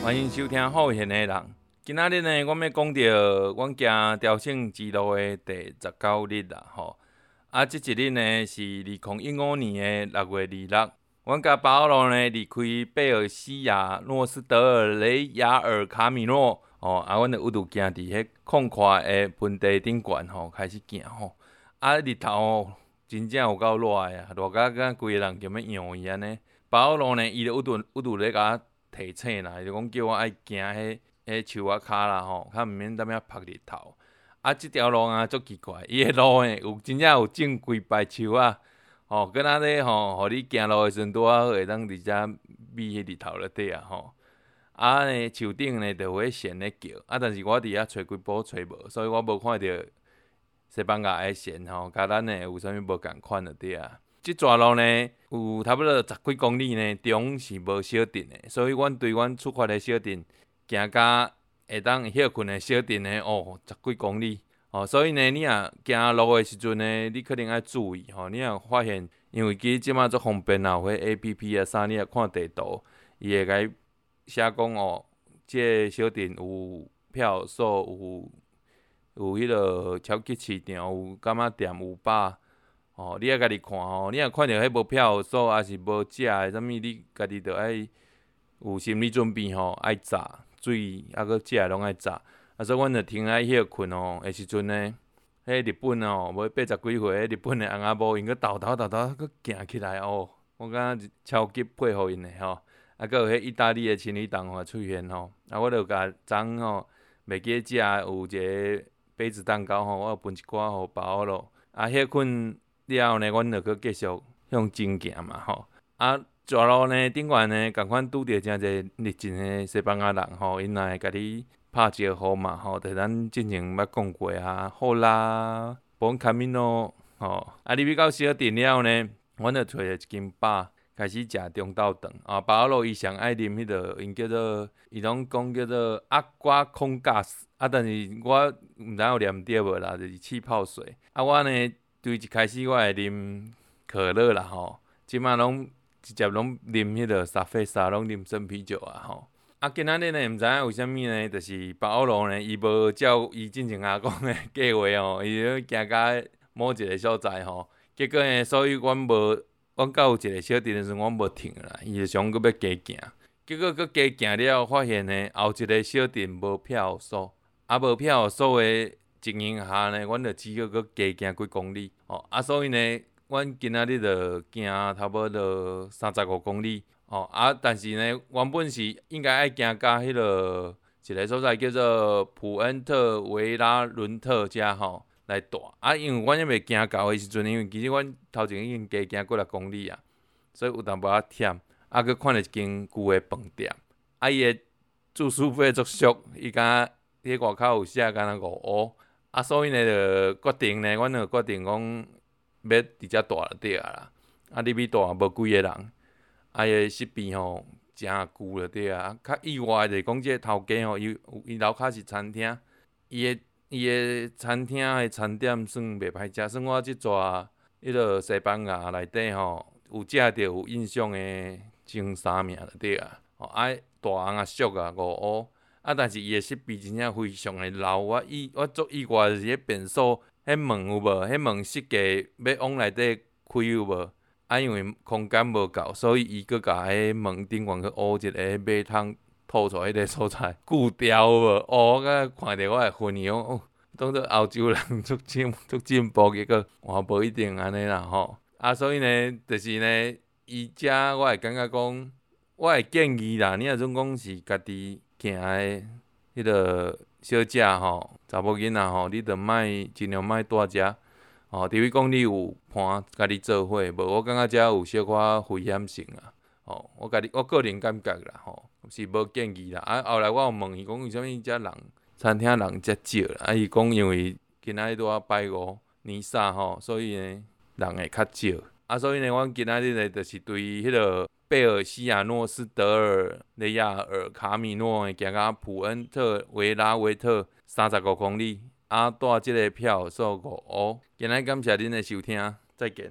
欢迎收听好闲的人。今仔日呢，我们要讲到阮行朝圣之路的第19日啦，吼。这一日呢是2015年的6月26，阮甲保罗呢离开贝尔西亚诺斯德尔雷亚尔卡米诺，阮就一路行伫迄旷阔的盆地顶悬吼，开始行吼。日头真正有够热的啊，热甲规个人叫要痒伊安尼。保罗呢，伊就一路咧甲我提醒啦，就讲叫我爱行迄树仔骹啦吼，较毋免踮遐晒日头。即条路啊，足奇怪，伊的路呢真正有种规排树啊，敢若咧吼，互你行路的时阵拄好会当伫遮避迄日头咧底啊吼。呢树顶呢就有迄线咧叫，但是我伫遐找几步找无，所以我无看到西班牙的线吼，甲咱的有啥物无共款咧底啊。即段路呢有差不多10几公里呢，中是无小镇的，所以阮对阮出发的小镇行到会当休困的小镇呢，10几公里。所以呢，你若行路的时阵呢，你可能要注意你若发现，因为其实即马足方便啦，有迄 APP 啊啥，你若看地图，伊会甲你写讲即个小镇有票所，有迄落超级市场，有柑仔店，有吧。你爱家己看你若看到迄无票所，还是无食的啥物，你家己着爱有心理准备爱炸水，搁食的拢爱炸。所以阮着停在休困的时阵呢，迄日本无80几岁，迄日本的翁仔某因搁豆搁行起来我感觉超级佩服因的搁有迄意大利的情侣档出现我着甲昨袂记食有一个杯子蛋糕我有分一寡互保罗。休困了后呢，阮着搁继续向前行嘛蛇路呢顶悬呢，共款拄着诚侪热情的西班牙人因也会甲你拍招呼嘛就咱之前捌讲过好啦，Bon Camino 入去到小镇了呢，阮就找一间吧，开始食中昼顿保罗伊上爱啉迄落，因叫做伊拢讲叫做阿瓜空加斯但是我毋知有念对无啦，就是气泡水我呢对一开始我会啉可乐啦即马拢直接拢啉迄落沙菲沙，拢啉生啤酒今仔日呢，毋知影为虾米呢，就是保罗呢，伊无照伊之前讲的计划伊行到某一个所在结果呢，所以阮到有一个小镇的时阵，阮无停啦，伊就想搁要加行，结果搁加行了后，发现呢，后一个小镇无票所，无票所的情形下呢，阮就只好搁加行几公里所以呢，阮今仔日就行差不多35公里但是呢，原本是应该爱行到迄落一个所在叫做普恩特维拉伦特遮来住因为阮还袂行到的时阵，因为其实阮头前已经加行过6公里所以有淡薄仔忝搁看到一间旧的饭店伊的住宿费足俗，伊敢迄外口有写敢若5欧所以呢，就决定呢，阮就决定讲要伫遮住就对啦入去住无几个人伊的设备诚旧就对较意外的就是讲，即个头家伊楼骹是餐厅，伊的餐厅的餐点算袂歹食，算我即逝迄落西班牙内底有食着有印象的前3名就对大翁俗5欧但是伊的设备真正非常的老，我足意外的是迄便所迄门有无？迄门设计要往内底开有无？因为空间无够，所以伊搁甲迄门顶悬去乌一个马桶吐出来迄个所在固掉有无我看着我会昏去当作欧洲人足进步，结果无一定安尼啦所以呢，就是呢，伊遮我会感觉讲，我会建议啦，你若准讲是家己行的迄落小姐查某囡仔你着尽量莫住遮除非讲你有伴家己做伙，无我感觉遮有小可危险性我个人感觉啦是无建议啦后来我有问伊讲为虾米遮人餐厅人遮少啦伊讲因为今仔日拄拜5年撒所以呢人会较少所以呢，阮今仔日呢就是对迄落贝尔西亚诺斯德尔雷亚尔卡米诺行到普恩特维拉维特35公里住即个票数5欧。今日感谢恁的收听，再见。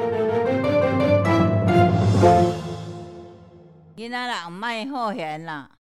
囡仔人莫好闲啦。